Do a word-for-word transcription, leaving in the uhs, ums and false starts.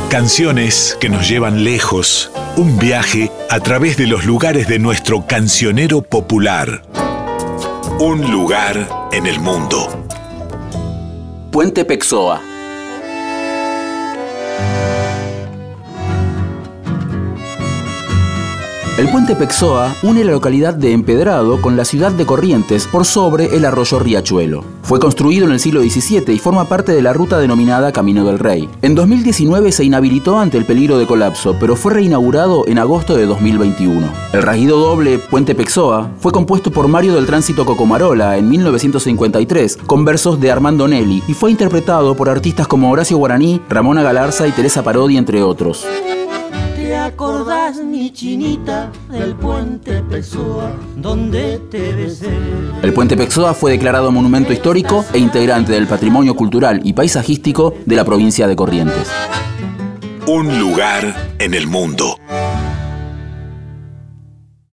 Canciones que nos llevan lejos. Un viaje a través de los lugares de nuestro cancionero popular. Un lugar en el mundo. Puente Pexoa. El Puente Pexoa une la localidad de Empedrado con la ciudad de Corrientes por sobre el arroyo Riachuelo. Fue construido en el siglo diecisiete y forma parte de la ruta denominada Camino del Rey. En dos mil diecinueve se inhabilitó ante el peligro de colapso, pero fue reinaugurado en agosto de dos mil veintiuno. El rasguido doble Puente Pexoa fue compuesto por Mario del Tránsito Cocomarola en mil novecientos cincuenta y tres, con versos de Armando Nelly, y fue interpretado por artistas como Horacio Guaraní, Ramona Galarza y Teresa Parodi, entre otros. ¿Te acordás, mi chinita, del Puente Pexoa, donde te besé? El Puente Pexoa fue declarado monumento histórico e integrante del patrimonio cultural y paisajístico de la provincia de Corrientes. Un lugar en el mundo.